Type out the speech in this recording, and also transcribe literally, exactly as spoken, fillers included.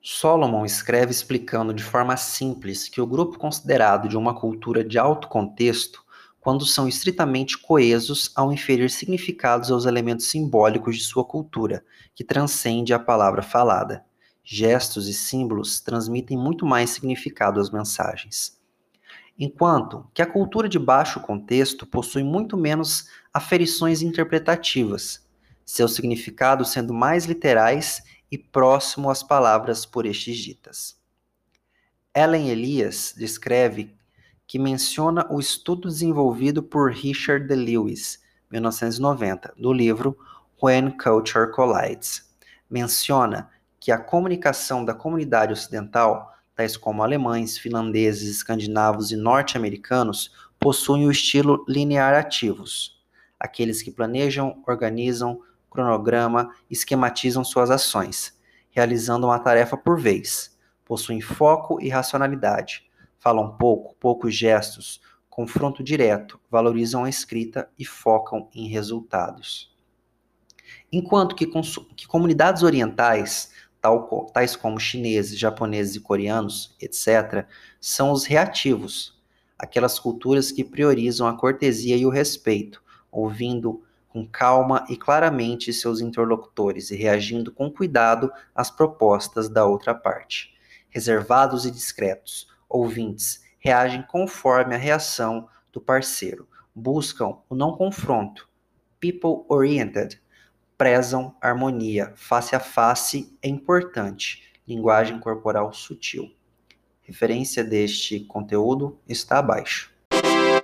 Solomon escreve explicando de forma simples que o grupo considerado de uma cultura de alto contexto, quando são estritamente coesos ao inferir significados aos elementos simbólicos de sua cultura, que transcende a palavra falada. Gestos e símbolos transmitem muito mais significado às mensagens. Enquanto que a cultura de baixo contexto possui muito menos aferições interpretativas, seus significados sendo mais literais e próximo às palavras por estes ditas. Ellen Elias descreve que menciona o estudo desenvolvido por Richard D. Lewis, mil novecentos e noventa, do livro When Culture Collides. Menciona que a comunicação da comunidade ocidental, tais como alemães, finlandeses, escandinavos e norte-americanos, possuem o estilo linear-ativos, aqueles que planejam, organizam, cronograma, esquematizam suas ações, realizando uma tarefa por vez, possuem foco e racionalidade, falam pouco, poucos gestos, confronto direto, valorizam a escrita e focam em resultados. Enquanto que, que comunidades orientais, tal, tais como chineses, japoneses e coreanos, etcétera, são os reativos, aquelas culturas que priorizam a cortesia e o respeito, ouvindo com calma e claramente seus interlocutores e reagindo com cuidado às propostas da outra parte. Reservados e discretos, ouvintes, reagem conforme a reação do parceiro, buscam o não confronto, people-oriented, prezam harmonia, face a face é importante, linguagem corporal sutil. Referência deste conteúdo está abaixo.